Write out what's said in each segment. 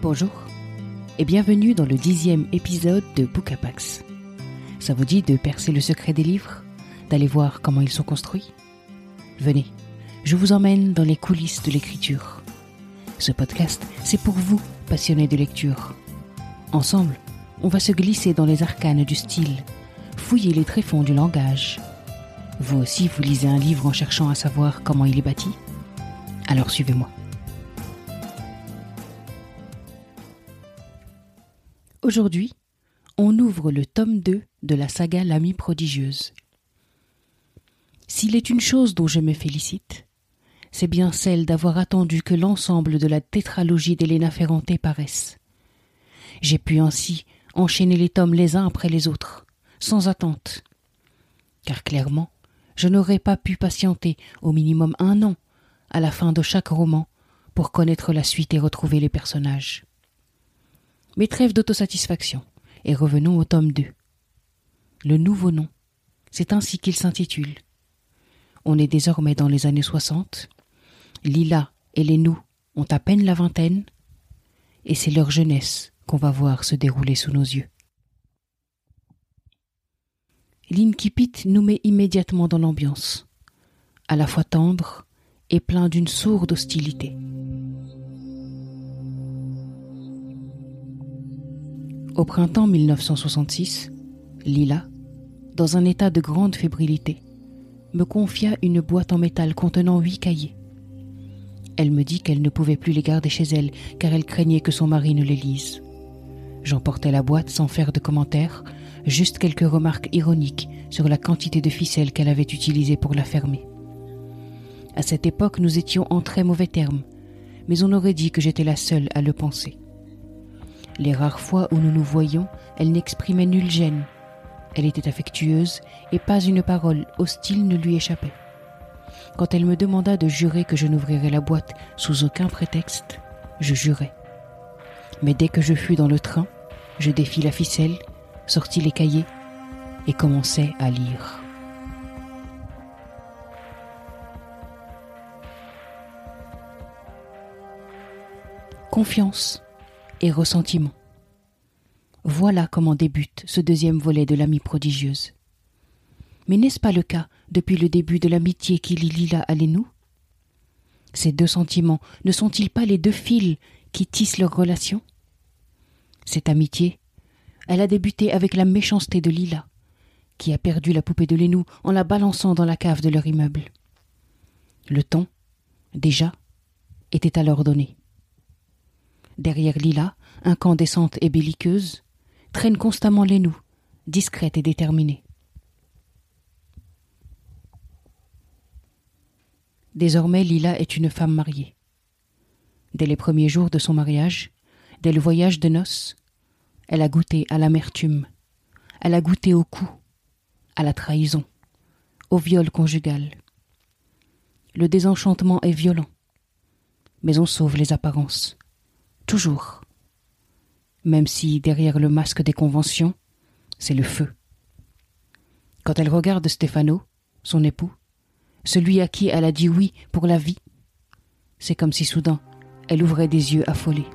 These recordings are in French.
Bonjour et bienvenue dans le 10e épisode de Bookapax. Ça vous dit de percer le secret des livres, d'aller voir comment ils sont construits ? Venez, je vous emmène dans les coulisses de l'écriture. Ce podcast, c'est pour vous, passionnés de lecture. Ensemble, on va se glisser dans les arcanes du style, fouiller les tréfonds du langage. Vous aussi, vous lisez un livre en cherchant à savoir comment il est bâti ? Alors suivez-moi. Aujourd'hui, on ouvre le tome 2 de la saga L'Amie prodigieuse. S'il est une chose dont je me félicite, c'est bien celle d'avoir attendu que l'ensemble de la tétralogie d'Elena Ferrante paraisse. J'ai pu ainsi enchaîner les tomes les uns après les autres, sans attente. Car clairement, je n'aurais pas pu patienter au minimum 1 an à la fin de chaque roman pour connaître la suite et retrouver les personnages. Mais trêve d'autosatisfaction, et revenons au tome 2. Le nouveau nom, c'est ainsi qu'il s'intitule. On est désormais dans les années 60, Lila et Lénou ont à peine la vingtaine, et c'est leur jeunesse qu'on va voir se dérouler sous nos yeux. L'Incipit nous met immédiatement dans l'ambiance, à la fois tendre et plein d'une sourde hostilité. Au printemps 1966, Lila, dans un état de grande fébrilité, me confia une boîte en métal contenant 8 cahiers. Elle me dit qu'elle ne pouvait plus les garder chez elle car elle craignait que son mari ne les lise. J'emportai la boîte sans faire de commentaires, juste quelques remarques ironiques sur la quantité de ficelle qu'elle avait utilisée pour la fermer. À cette époque, nous étions en très mauvais termes, mais on aurait dit que j'étais la seule à le penser. Les rares fois où nous nous voyions, elle n'exprimait nulle gêne. Elle était affectueuse et pas une parole hostile ne lui échappait. Quand elle me demanda de jurer que je n'ouvrirais la boîte sous aucun prétexte, je jurai. Mais dès que je fus dans le train, je défis la ficelle, sortis les cahiers et commençai à lire. Confiance et ressentiment. Voilà comment débute ce 2e volet de L'Amie prodigieuse. Mais n'est-ce pas le cas depuis le début de l'amitié qui lie Lila à Lénou ? Ces 2 sentiments ne sont-ils pas les 2 fils qui tissent leur relation ? Cette amitié, elle a débuté avec la méchanceté de Lila, qui a perdu la poupée de Lénou en la balançant dans la cave de leur immeuble. Le ton, déjà, était alors donné. Derrière Lila, incandescente et belliqueuse, traîne constamment Lénou, discrète et déterminée. Désormais, Lila est une femme mariée. Dès les premiers jours de son mariage, dès le voyage de noces, elle a goûté à l'amertume, elle a goûté au coup, à la trahison, au viol conjugal. Le désenchantement est violent, mais on sauve les apparences. Toujours. Même si, derrière le masque des conventions, c'est le feu. Quand elle regarde Stefano, son époux, celui à qui elle a dit oui pour la vie, c'est comme si soudain, elle ouvrait des yeux affolés.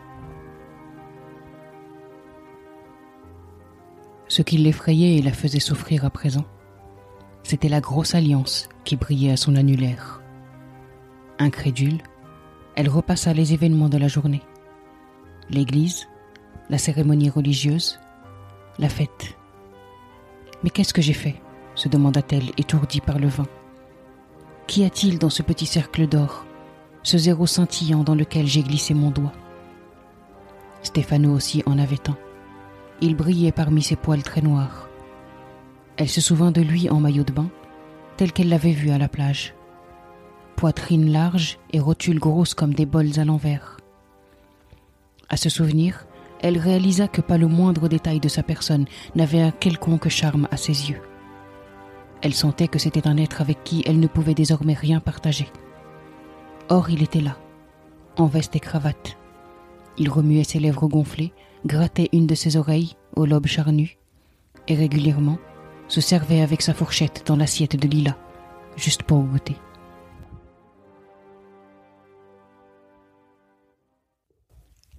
Ce qui l'effrayait et la faisait souffrir à présent, c'était la grosse alliance qui brillait à son annulaire. Incrédule, elle repassa les événements de la journée. L'église, la cérémonie religieuse, la fête. Mais qu'est-ce que j'ai fait ? Se demanda-t-elle, étourdie par le vin. Qu'y a-t-il dans ce petit cercle d'or, ce zéro scintillant dans lequel j'ai glissé mon doigt ? Stefano aussi en avait un. Il brillait parmi ses poils très noirs. Elle se souvint de lui en maillot de bain, tel qu'elle l'avait vu à la plage. Poitrine large et rotules grosses comme des bols à l'envers. À ce souvenir, elle réalisa que pas le moindre détail de sa personne n'avait un quelconque charme à ses yeux. Elle sentait que c'était un être avec qui elle ne pouvait désormais rien partager. Or, il était là, en veste et cravate. Il remuait ses lèvres gonflées, grattait une de ses oreilles au lobe charnu, et régulièrement se servait avec sa fourchette dans l'assiette de Lila, juste pour goûter.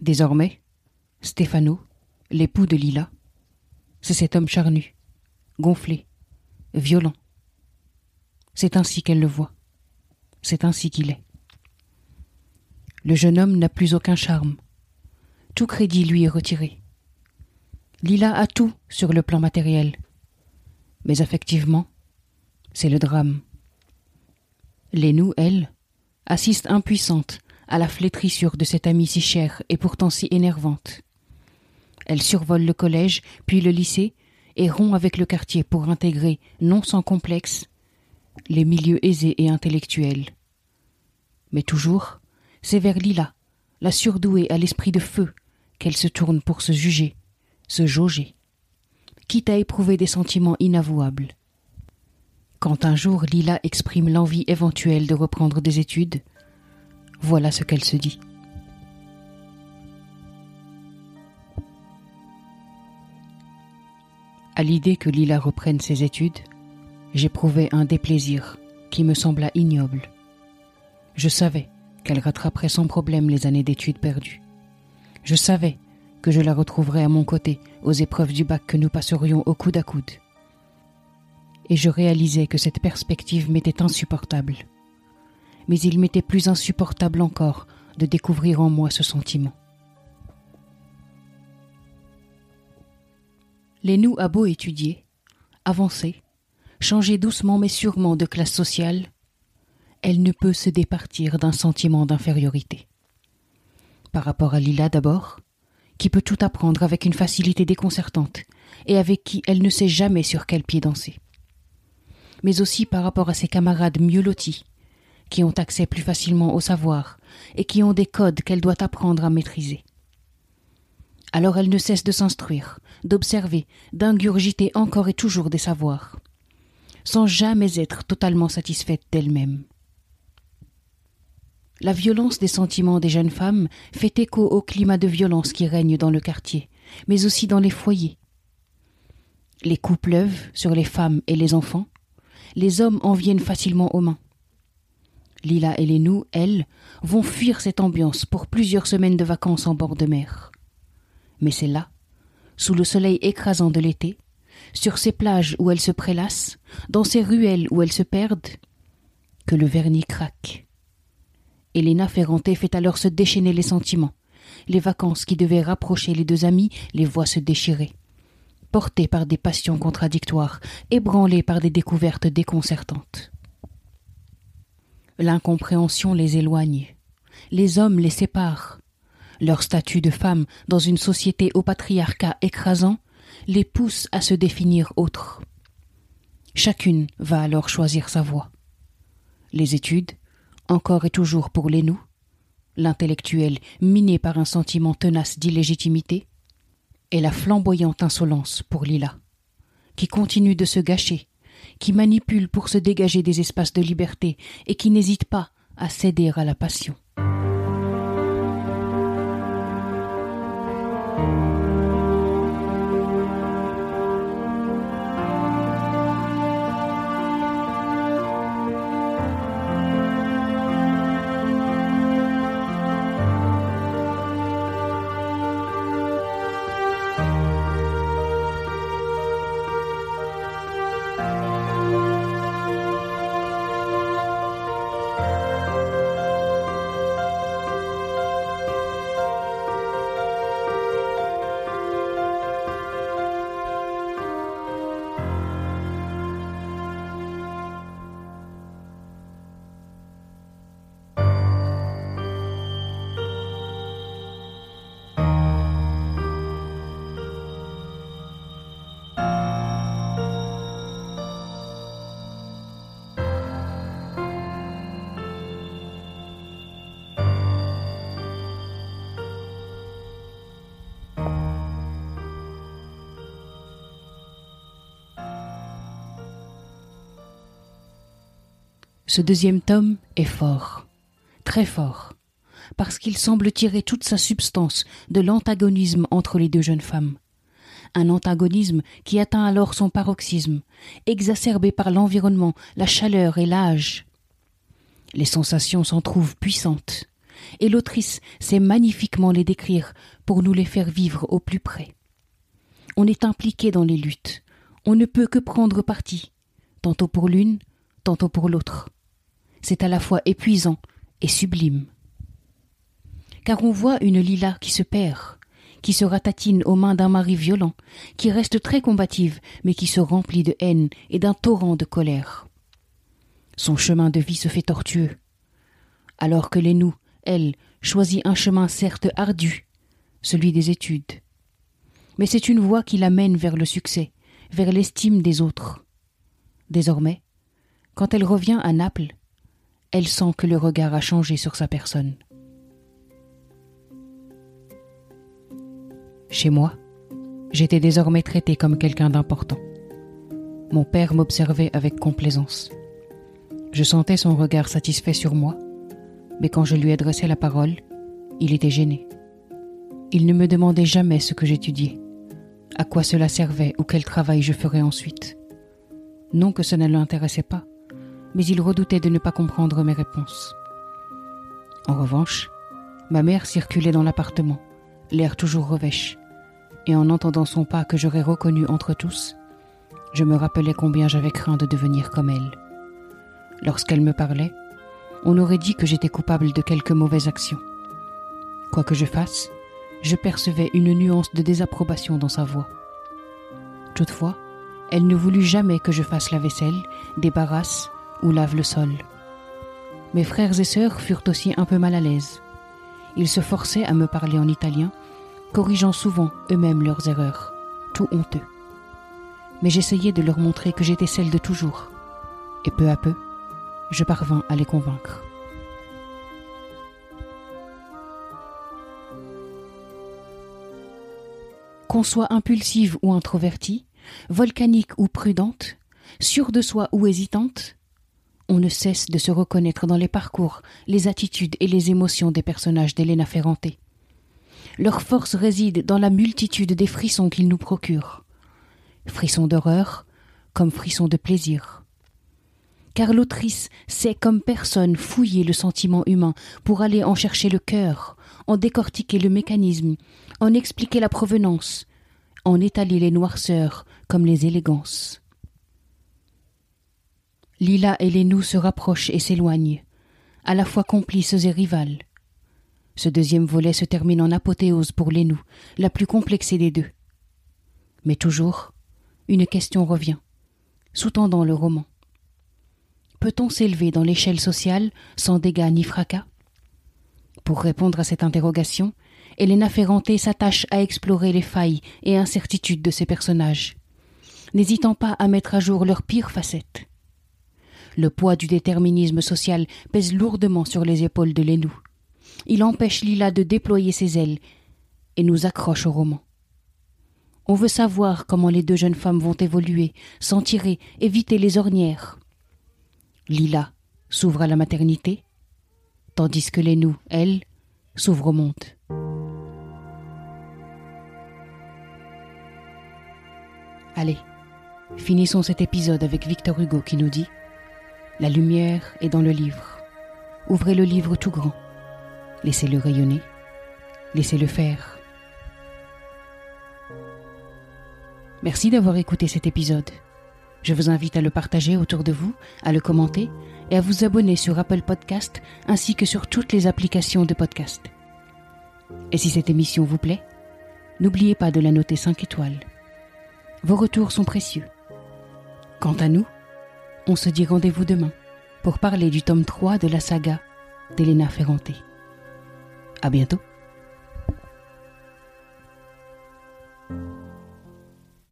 Désormais, Stefano, l'époux de Lila, c'est cet homme charnu, gonflé, violent. C'est ainsi qu'elle le voit. C'est ainsi qu'il est. Le jeune homme n'a plus aucun charme. Tout crédit lui est retiré. Lila a tout sur le plan matériel. Mais affectivement, c'est le drame. Lénou, elle, assiste impuissante à la flétrissure de cette amie si chère et pourtant si énervante. Elle survole le collège, puis le lycée, et rompt avec le quartier pour intégrer, non sans complexe, les milieux aisés et intellectuels. Mais toujours, c'est vers Lila, la surdouée à l'esprit de feu, qu'elle se tourne pour se juger, se jauger, quitte à éprouver des sentiments inavouables. Quand un jour Lila exprime l'envie éventuelle de reprendre des études, voilà ce qu'elle se dit. À l'idée que Lila reprenne ses études, j'éprouvais un déplaisir qui me sembla ignoble. Je savais qu'elle rattraperait sans problème les années d'études perdues. Je savais que je la retrouverais à mon côté aux épreuves du bac que nous passerions au coude à coude. Et je réalisais que cette perspective m'était insupportable. Mais il m'était plus insupportable encore de découvrir en moi ce sentiment. Lénou a beau étudier, avancer, changer doucement mais sûrement de classe sociale, elle ne peut se départir d'un sentiment d'infériorité. Par rapport à Lila d'abord, qui peut tout apprendre avec une facilité déconcertante et avec qui elle ne sait jamais sur quel pied danser. Mais aussi par rapport à ses camarades mieux lotis, qui ont accès plus facilement au savoir et qui ont des codes qu'elle doit apprendre à maîtriser. Alors elle ne cesse de s'instruire, d'observer, d'ingurgiter encore et toujours des savoirs, sans jamais être totalement satisfaite d'elle-même. La violence des sentiments des jeunes femmes fait écho au climat de violence qui règne dans le quartier, mais aussi dans les foyers. Les coups pleuvent sur les femmes et les enfants, les hommes en viennent facilement aux mains. Lila et Lénou, elles, vont fuir cette ambiance pour plusieurs semaines de vacances en bord de mer. Mais c'est là, sous le soleil écrasant de l'été, sur ces plages où elles se prélassent, dans ces ruelles où elles se perdent, que le vernis craque. Elena Ferrante fait alors se déchaîner les sentiments. Les vacances qui devaient rapprocher les deux amies les voient se déchirer. Portées par des passions contradictoires, ébranlées par des découvertes déconcertantes. L'incompréhension les éloigne. Les hommes les séparent. Leur statut de femme dans une société au patriarcat écrasant les pousse à se définir autres. Chacune va alors choisir sa voie. Les études, encore et toujours pour Lénou, l'intellectuel miné par un sentiment tenace d'illégitimité, et la flamboyante insolence pour Lila, qui continue de se gâcher, qui manipule pour se dégager des espaces de liberté et qui n'hésite pas à céder à la passion. Ce deuxième tome est fort, très fort, parce qu'il semble tirer toute sa substance de l'antagonisme entre les deux jeunes femmes. Un antagonisme qui atteint alors son paroxysme, exacerbé par l'environnement, la chaleur et l'âge. Les sensations s'en trouvent puissantes, et l'autrice sait magnifiquement les décrire pour nous les faire vivre au plus près. On est impliqué dans les luttes, on ne peut que prendre parti, tantôt pour l'une, tantôt pour l'autre. C'est à la fois épuisant et sublime. Car on voit une Lila qui se perd, qui se ratatine aux mains d'un mari violent, qui reste très combative, mais qui se remplit de haine et d'un torrent de colère. Son chemin de vie se fait tortueux, alors que Lénou, elle, choisit un chemin certes ardu, celui des études. Mais c'est une voie qui l'amène vers le succès, vers l'estime des autres. Désormais, quand elle revient à Naples, elle sent que le regard a changé sur sa personne. Chez moi, j'étais désormais traité comme quelqu'un d'important. Mon père m'observait avec complaisance. Je sentais son regard satisfait sur moi, mais quand je lui adressais la parole, il était gêné. Il ne me demandait jamais ce que j'étudiais, à quoi cela servait ou quel travail je ferais ensuite. Non que ça ne l'intéressait pas, mais il redoutait de ne pas comprendre mes réponses. En revanche, ma mère circulait dans l'appartement, l'air toujours revêche, et en entendant son pas que j'aurais reconnu entre tous, je me rappelais combien j'avais craint de devenir comme elle. Lorsqu'elle me parlait, on aurait dit que j'étais coupable de quelque mauvaise action. Quoi que je fasse, je percevais une nuance de désapprobation dans sa voix. Toutefois, elle ne voulut jamais que je fasse la vaisselle, débarrasse ou lave le sol. Mes frères et sœurs furent aussi un peu mal à l'aise. Ils se forçaient à me parler en italien, corrigeant souvent eux-mêmes leurs erreurs, tout honteux. Mais j'essayais de leur montrer que j'étais celle de toujours, et peu à peu, je parvins à les convaincre. Qu'on soit impulsive ou introvertie, volcanique ou prudente, sûre de soi ou hésitante, on ne cesse de se reconnaître dans les parcours, les attitudes et les émotions des personnages d'Elena Ferrante. Leur force réside dans la multitude des frissons qu'ils nous procurent. Frissons d'horreur comme frissons de plaisir. Car l'autrice sait comme personne fouiller le sentiment humain pour aller en chercher le cœur, en décortiquer le mécanisme, en expliquer la provenance, en étaler les noirceurs comme les élégances. Lila et Lénou se rapprochent et s'éloignent, à la fois complices et rivales. Ce deuxième volet se termine en apothéose pour Lénou, la plus complexée des deux. Mais toujours, une question revient, sous-tendant le roman. Peut-on s'élever dans l'échelle sociale sans dégâts ni fracas ? Pour répondre à cette interrogation, Elena Ferrante s'attache à explorer les failles et incertitudes de ses personnages, n'hésitant pas à mettre à jour leurs pires facettes. Le poids du déterminisme social pèse lourdement sur les épaules de Lénou. Il empêche Lila de déployer ses ailes et nous accroche au roman. On veut savoir comment les deux jeunes femmes vont évoluer, s'en tirer, éviter les ornières. Lila s'ouvre à la maternité, tandis que Lénou, elle, s'ouvre au monde. Allez, finissons cet épisode avec Victor Hugo qui nous dit « La lumière est dans le livre. Ouvrez le livre tout grand. Laissez-le rayonner. Laissez-le faire. » Merci d'avoir écouté cet épisode. Je vous invite à le partager autour de vous, à le commenter et à vous abonner sur Apple Podcast ainsi que sur toutes les applications de podcast. Et si cette émission vous plaît, n'oubliez pas de la noter 5 étoiles. Vos retours sont précieux. Quant à nous, on se dit rendez-vous demain pour parler du tome 3 de la saga d'Elena Ferrante. À bientôt.